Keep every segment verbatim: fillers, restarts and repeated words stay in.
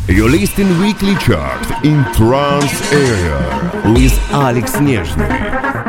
You listen weekly chart in trance area with Alex Нежный.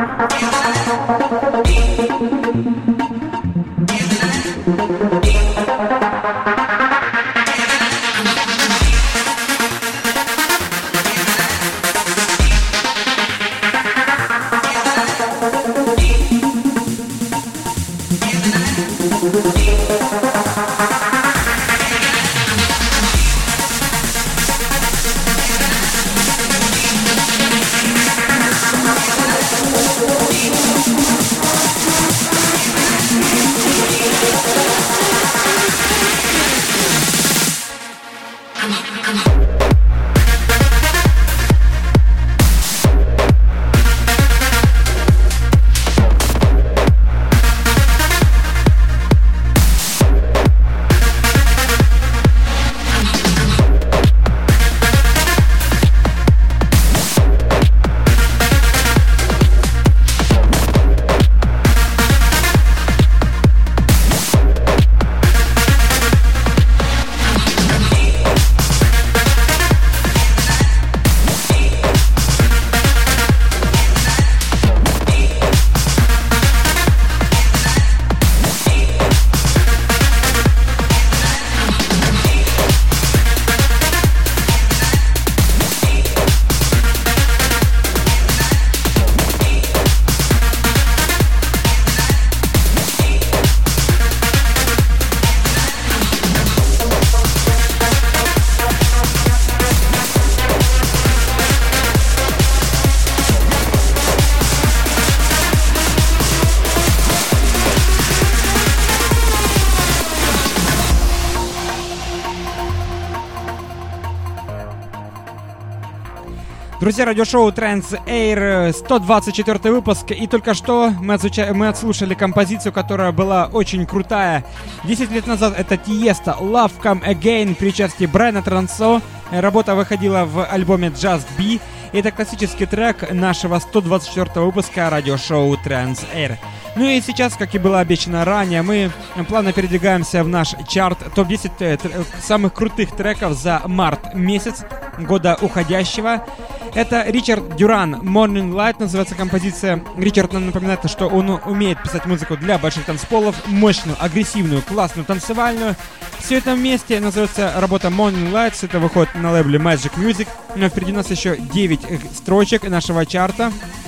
Друзья, радиошоу Trance Air, сто двадцать четвёртый выпуск, и только что мы, отзвуча... мы отслушали композицию, которая была очень крутая. десять лет назад это Тиеста, Love Come Again при участии Брайана Трансо. Работа выходила в альбоме Just Be. Это классический трек нашего сто двадцать четвёртого выпуска радиошоу Trance Air. Ну и сейчас, как и было обещано ранее, мы плавно передвигаемся в наш чарт топ десять самых крутых треков за март месяц года уходящего. Это Ричард Дюран, Morning Light называется композиция. Ричард нам напоминает, что он умеет писать музыку для больших танцполов, мощную, агрессивную, классную, танцевальную. Все это вместе называется работа Morning Lights. Это выходит на лейбле Magic Music. Но впереди у нас еще девять строчек нашего чарта.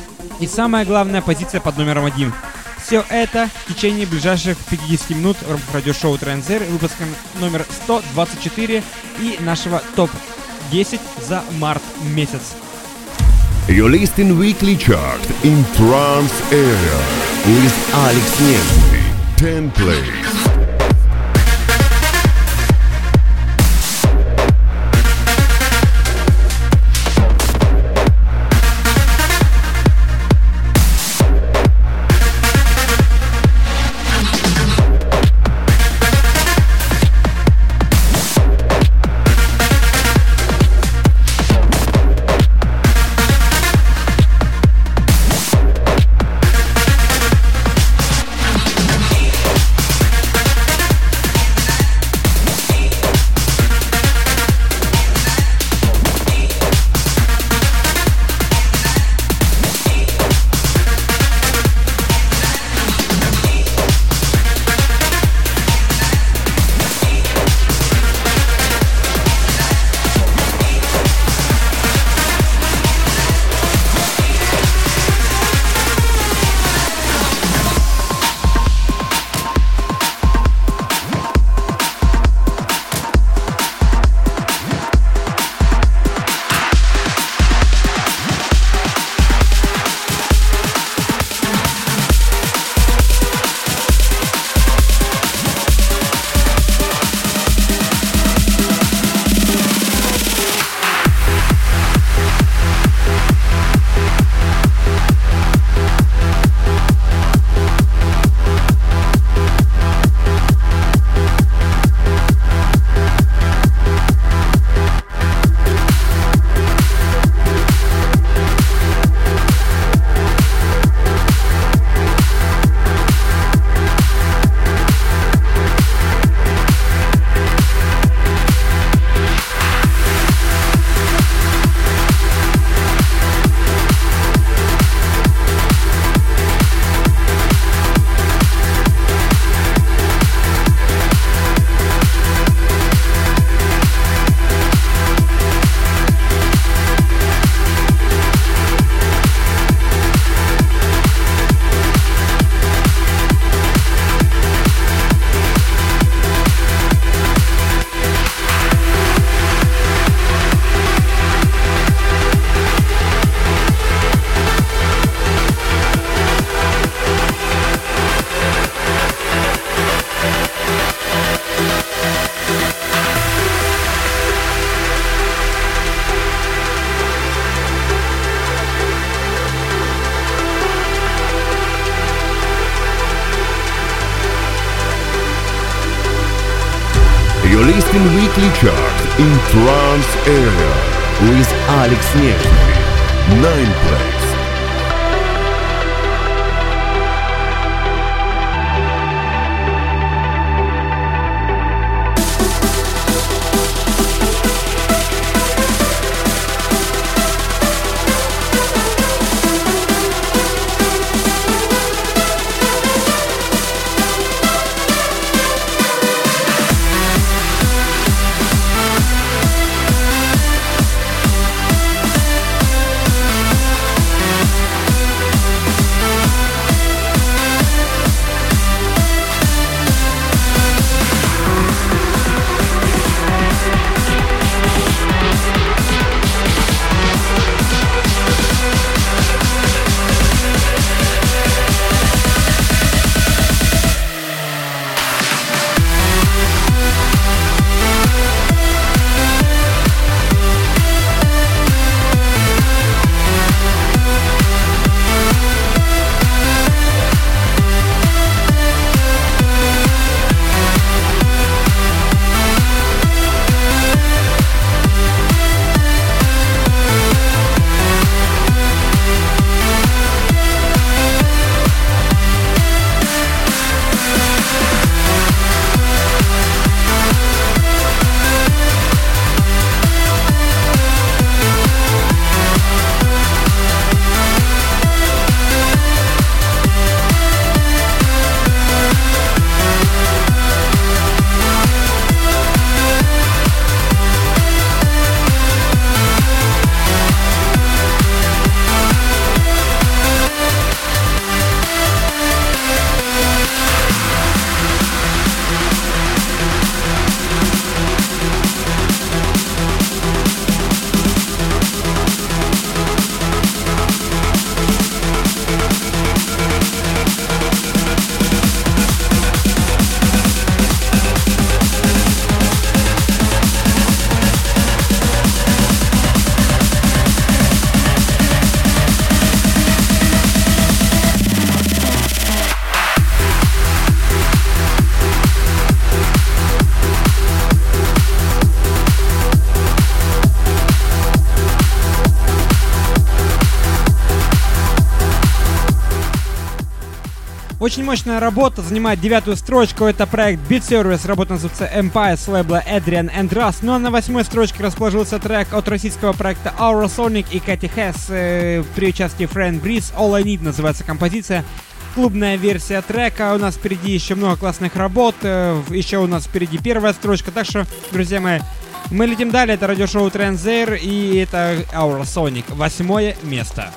И самая главная позиция под номером один. Все это в течение ближайших пятидесяти минут в радиошоу Trance Air, выпуска номер сто двадцать четыре и нашего топ десять за март месяц. You listen weekly chart in trance area with Alex Нежный. ten plays. Weekly Chart in Trance Area with Alex Nezhny. Nine place. Очень мощная работа, занимает девятую строчку. Это проект Beat Service, работа называется Empire с лейбла Adrian and Russ. Ну а на восьмой строчке расположился трек от российского проекта Aura Sonic и Кати Hess э, при участии Friend Breeze. All I Need называется композиция. Клубная версия трека. У нас впереди еще много классных работ. Э, еще у нас впереди первая строчка. Так что, друзья мои, мы летим далее. Это радиошоу Trance Air и это Aura Sonic. Восьмое место.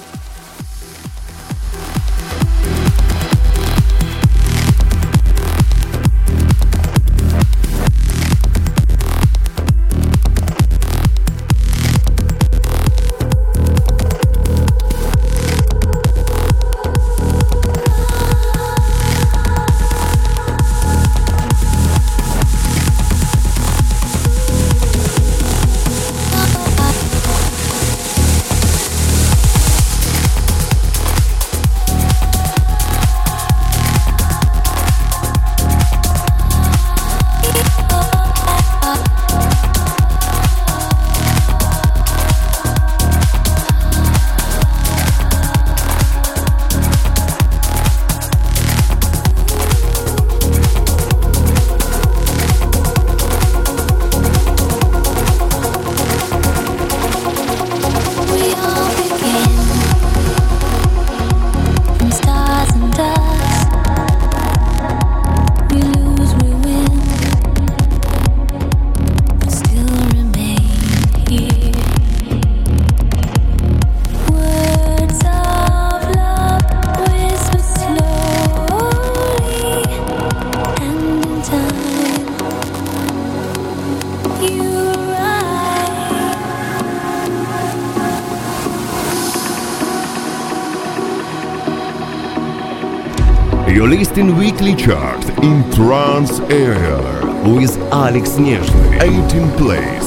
You're listening Weekly Chart in Trance Area with Alex Nezhny. eighteenth place.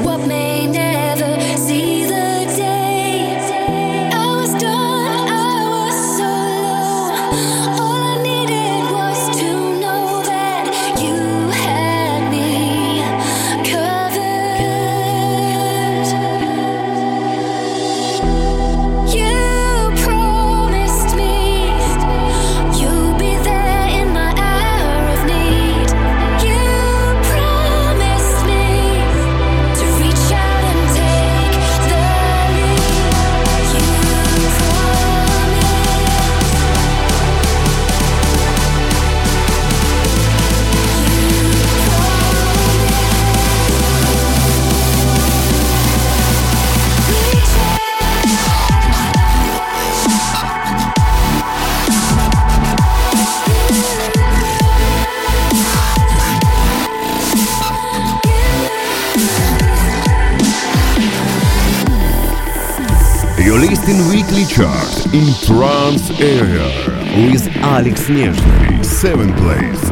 You're listening Weekly Chart in Trance Area with Alex Nezhny, seventh place.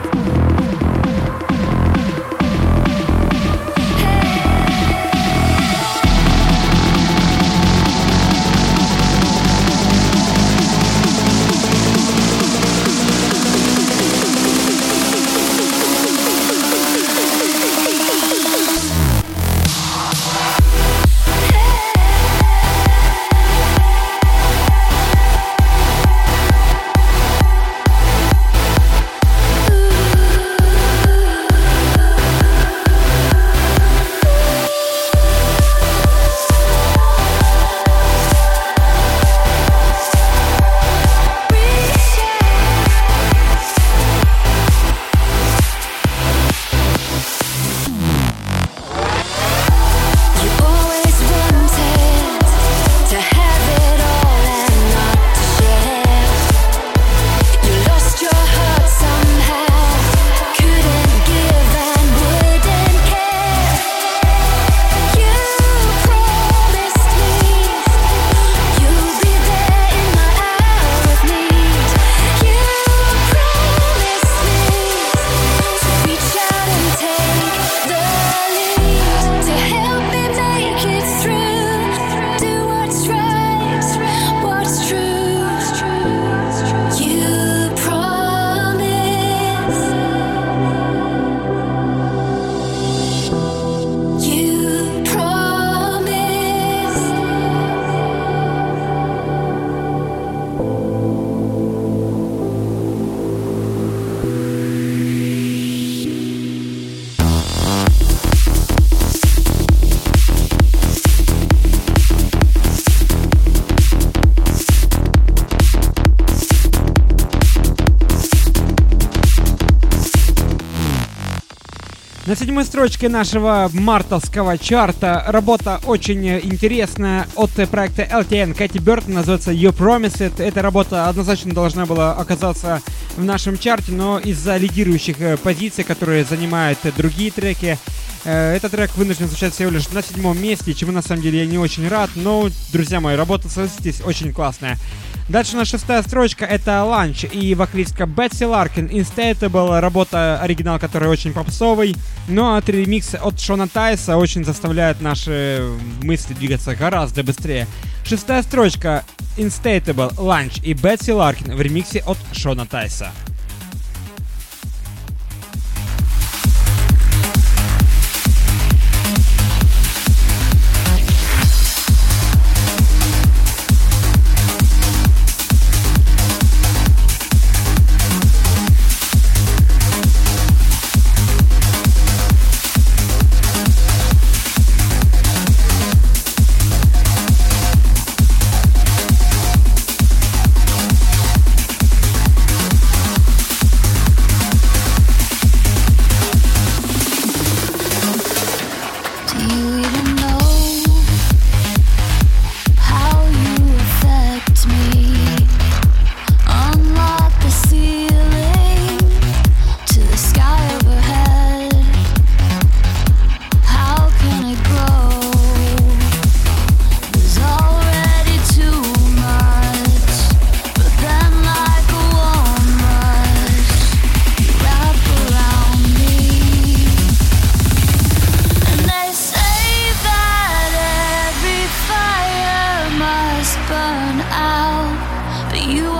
На седьмой строчке нашего мартовского чарта работа очень интересная от проекта эл ти эн Кэти Бёртон, называется You Promised It. Эта работа однозначно должна была оказаться в нашем чарте, но из-за лидирующих позиций, которые занимают другие треки, этот трек вынужден звучать всего лишь на седьмом месте, чему на самом деле я не очень рад, но, друзья мои, работа, согласитесь, очень классная. Дальше у нас шестая строчка, это Lunch и вокалистка Бетси Ларкин, Instable, работа, оригинал, который очень попсовый, но от ремикса от Шона Тайса очень заставляет наши мысли двигаться гораздо быстрее. Шестая строчка, Instable, Lunch и Бетси Ларкин в ремиксе от Шона Тайса.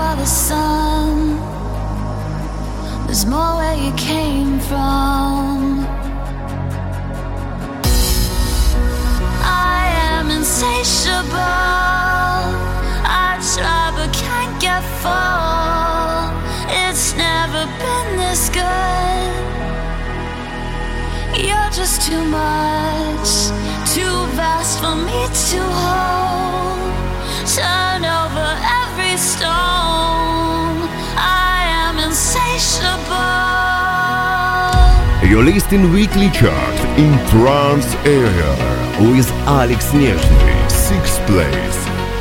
are the sun. There's more where you came from. I am insatiable. I try but can't get full. It's never been this good. You're just too much, too vast for me to hold. Turn over every stone. I am insatiable. You're listening Weekly Chart in Trance Area with Alex Нежный, sixth place.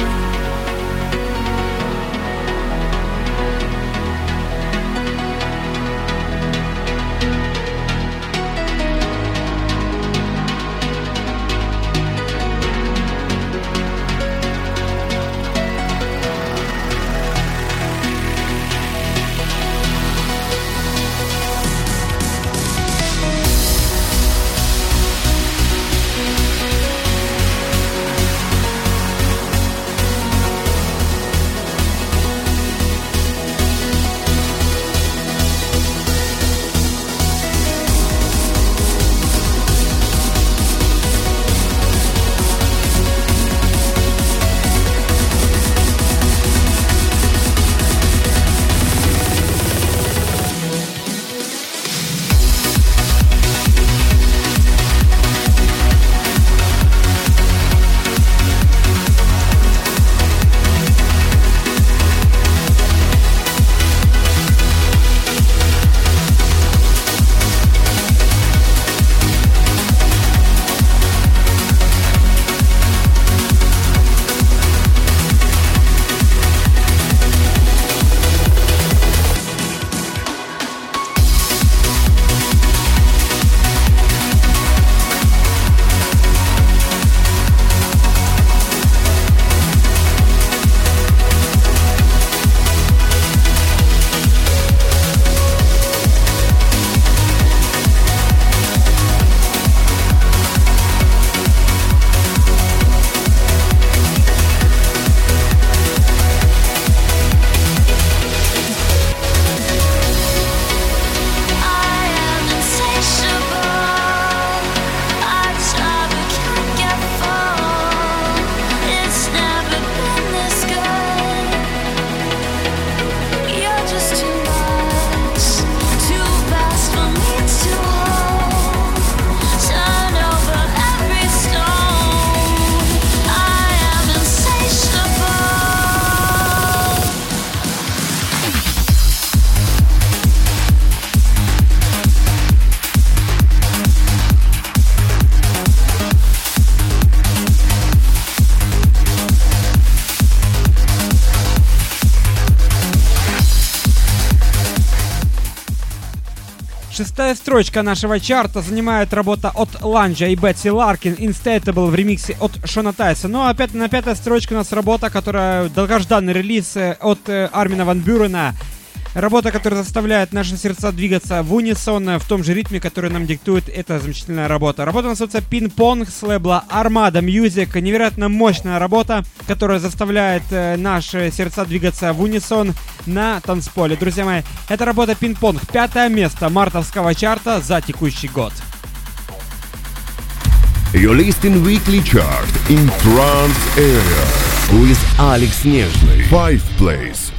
Шестая строчка нашего чарта занимает работа от Ланджа и Бетси Ларкин «Instable» в ремиксе от Шона Тайса. Ну а опять на пятой строчке у нас работа, которая долгожданный релиз от Армина ван Бюрена. Работа, которая заставляет наши сердца двигаться в унисон, в том же ритме, который нам диктует эта замечательная работа. Работа называется «Пинг-понг» с лейбла Armada Music. Невероятно мощная работа, которая заставляет э, наши сердца двигаться в унисон на танцполе. Друзья мои, это работа «Пинг-понг». Пятое место мартовского чарта за текущий год. You're listening Weekly Chart in Trance Area with Alex Нежный. Five place.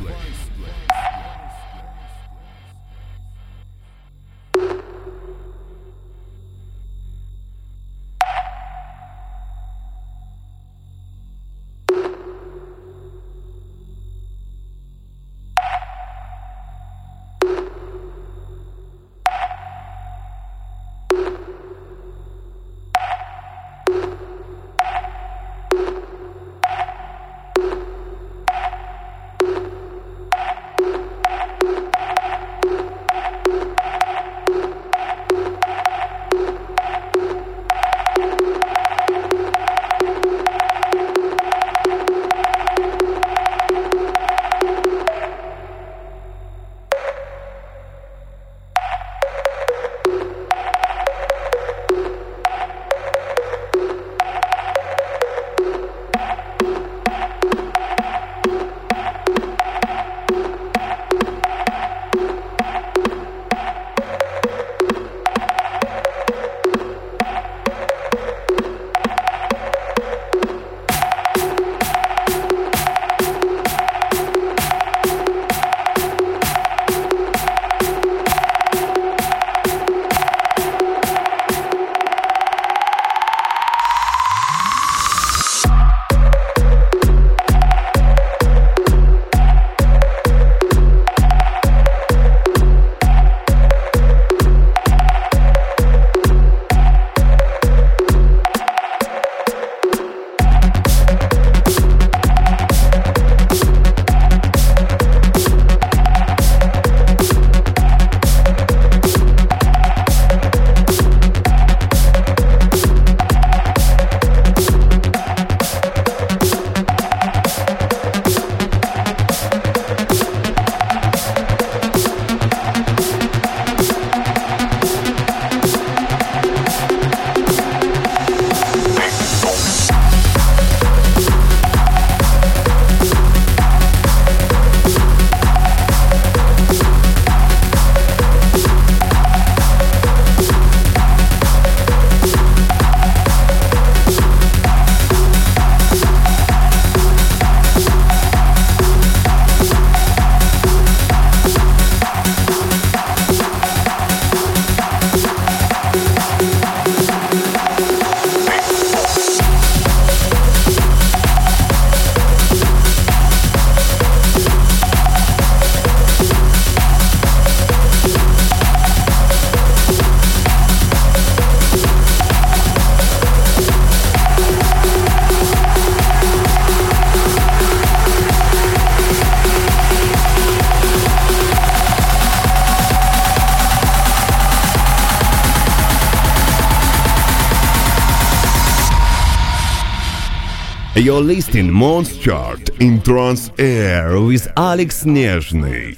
You're listening Monster Chart in Trance Air with Alex Nezhny.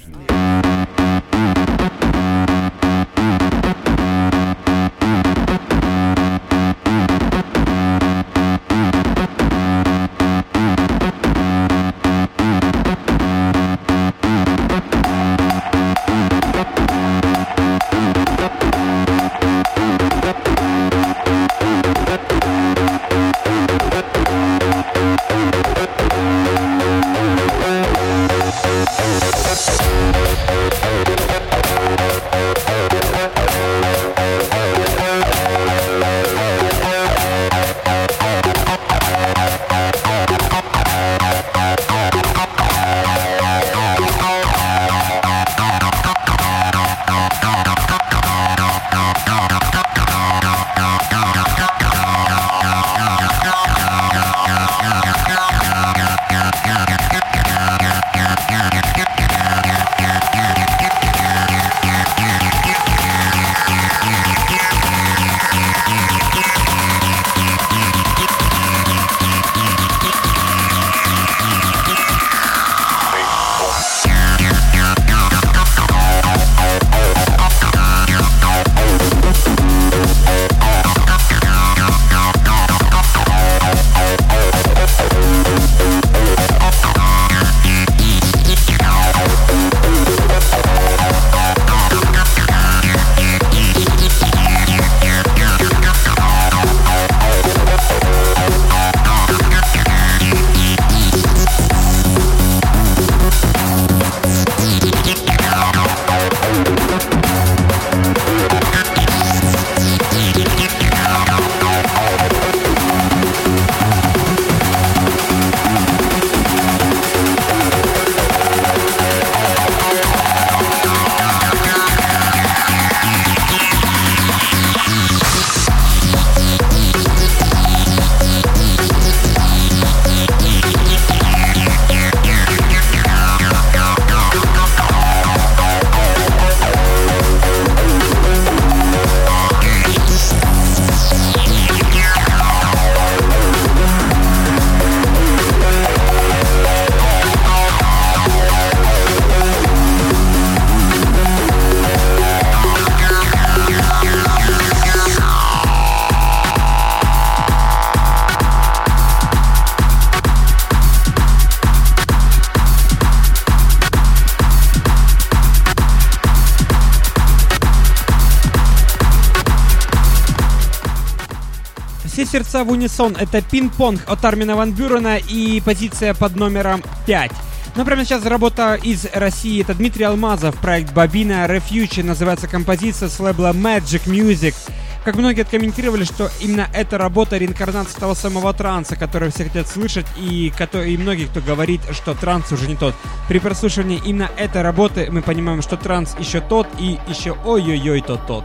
Сердца в унисон. Это пинг-понг от Армина ван Бюрена и позиция под номером пять. Но прямо сейчас работа из России. Это Дмитрий Алмазов, проект Бобина Refuge. Называется композиция с лейбла Magic Music. Как многие откомментировали, что именно эта работа реинкарнация того самого транса, который все хотят слышать, и, который, и многие, кто говорит, что транс уже не тот. При прослушивании именно этой работы мы понимаем, что транс еще тот и еще ой-ой-ой тот-тот.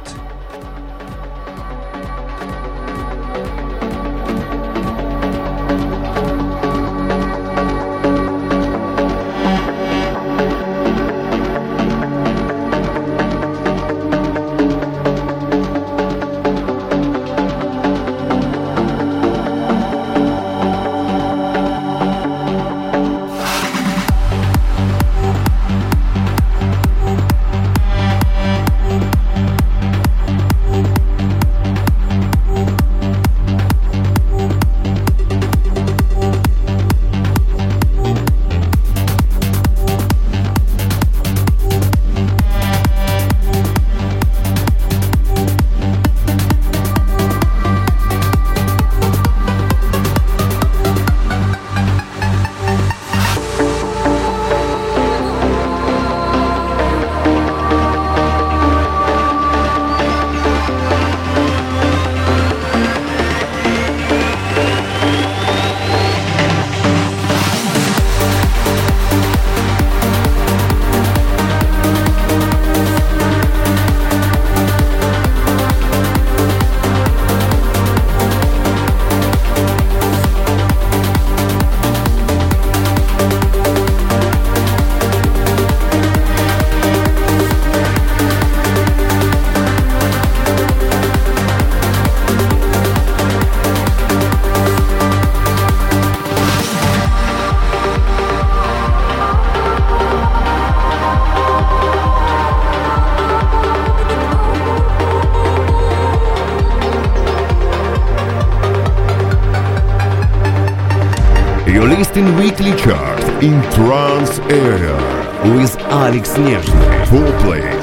listing weekly chart in trance area with Alex Nezhny. Four plays.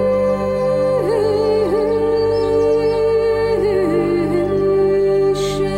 Shit.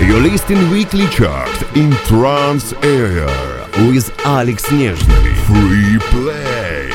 You listen weekly chart in trance area with Alex Нежный. Free Place.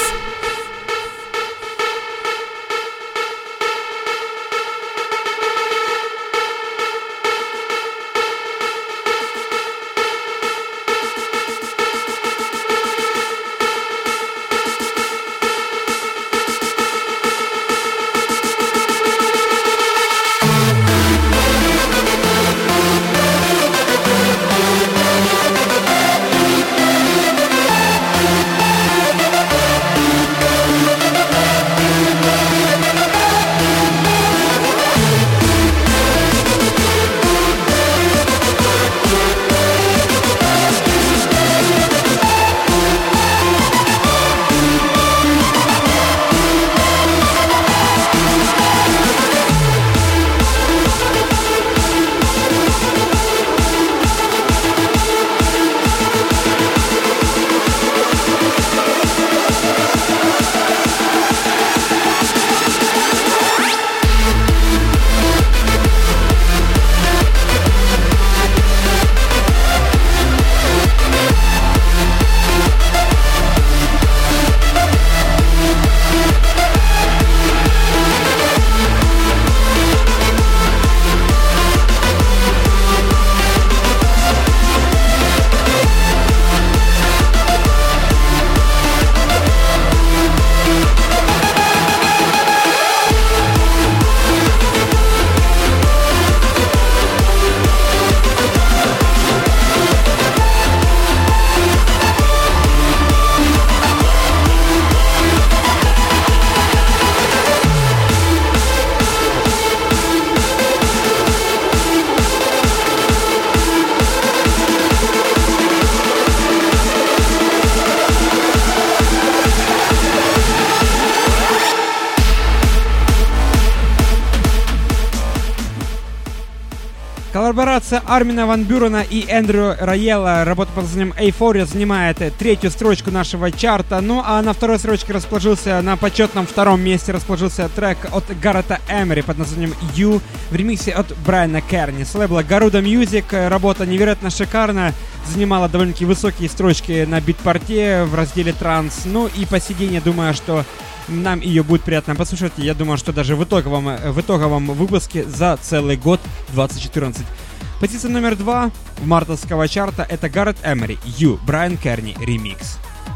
Коллаборация Армина Ван Бюрена и Эндрю Райелла, работа под названием Euphoria, занимает третью строчку нашего чарта. Ну а на второй строчке расположился, на почетном втором месте расположился трек от Гаррета Эмери под названием You в ремиксе от Брайана Керни с лейбла Garuda Music. Работа невероятно шикарная, занимала довольно-таки высокие строчки на битпорте в разделе транс. Ну и по сей день я думаю, что нам ее будет приятно послушать. Я думаю, что даже в итоговом, в итоговом выпуске за целый год двадцать четырнадцать. Позиция номер два в мартовского чарта — это Гаррет Эмери, You, Брайан Керни, ремикс.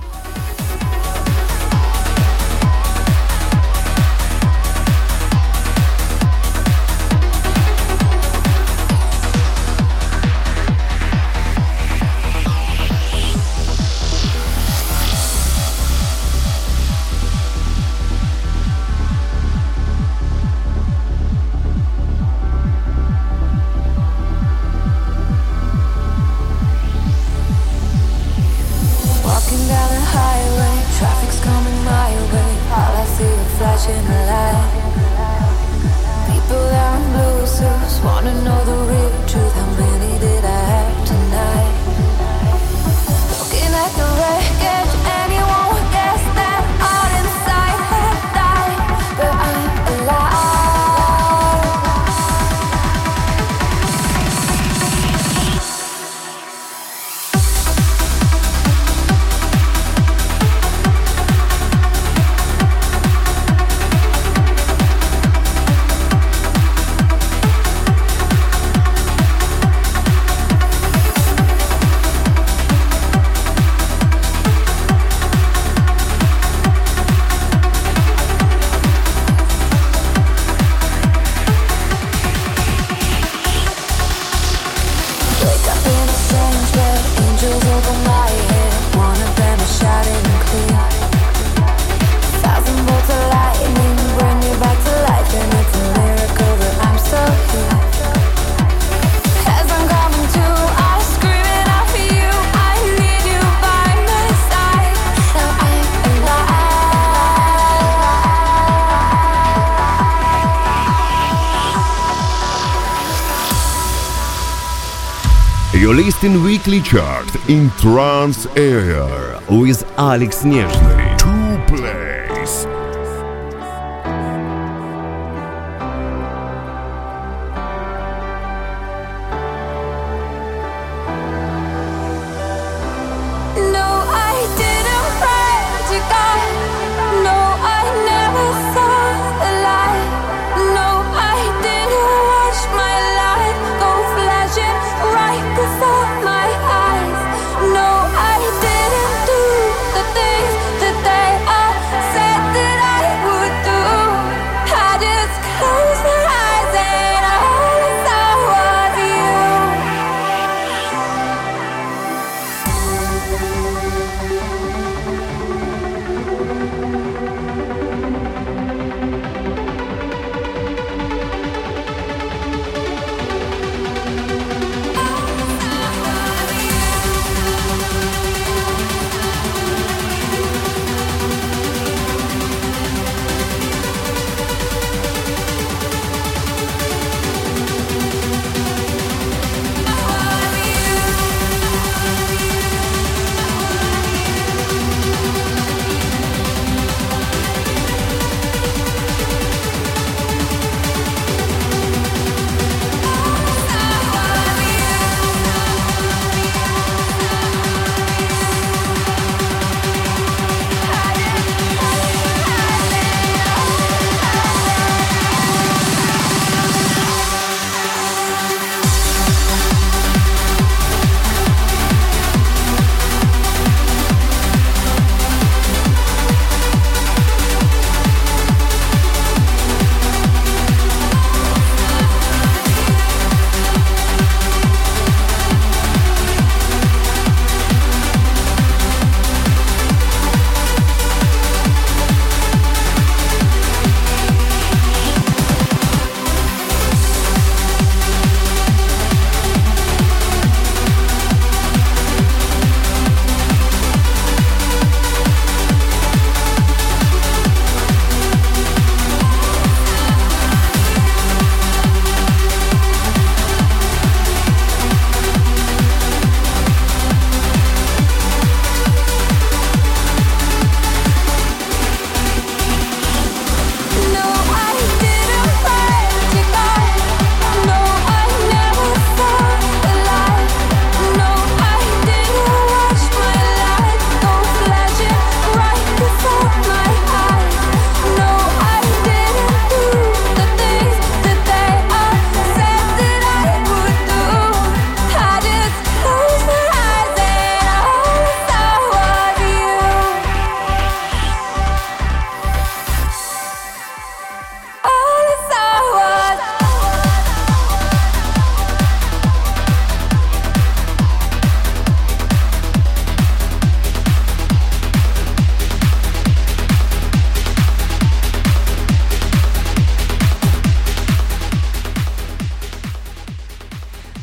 You listen weekly chart in trance area with Alex Нежный. Two Place.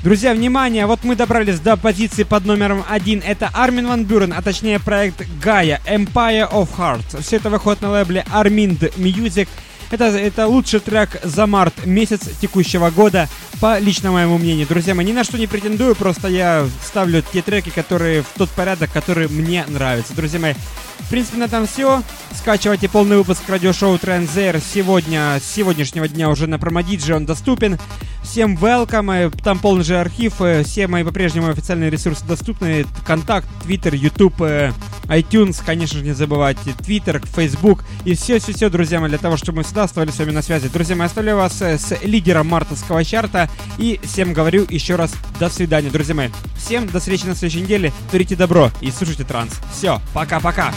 Друзья, внимание, вот мы добрались до позиции под номером один. Это Армин ван Бюрен, а точнее проект Gaia, Empire of Hearts. Все это выходит на лейбле Armind Music. Это, это лучший трек за март месяц текущего года, по личному моему мнению. Друзья мои, ни на что не претендую, просто я ставлю те треки, которые в тот порядок, который мне нравится. Друзья мои, в принципе, на этом все. Скачивайте полный выпуск радиошоу Trance Air сегодня, с сегодняшнего дня уже на Промодиджи, он доступен. Всем welcome, там полный же архив, все мои по-прежнему официальные ресурсы доступны. Контакт, Твиттер, Ютуб, iTunes, конечно же, не забывайте, Твиттер, Фейсбук и все-все-все, друзья мои, для того, чтобы мы всегда оставались с вами на связи. Друзья мои, оставляю вас с лидером мартовского чарта и всем говорю еще раз до свидания, друзья мои. Всем до встречи на следующей неделе, творите добро и слушайте транс. Все, пока-пока.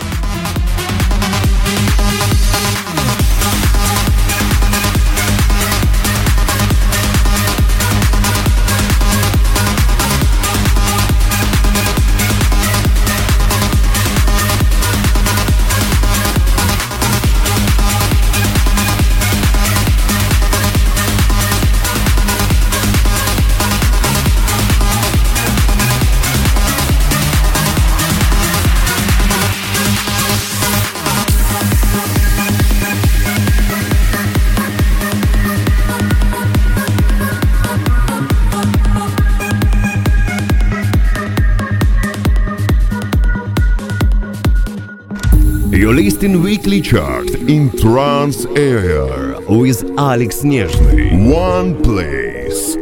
You're listening Weekly Chart in Trance Air with Alex Nezhny. One place.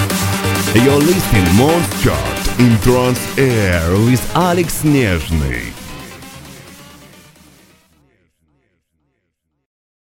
You're listening Monster Chart in Trance Air with Alex Nezhny.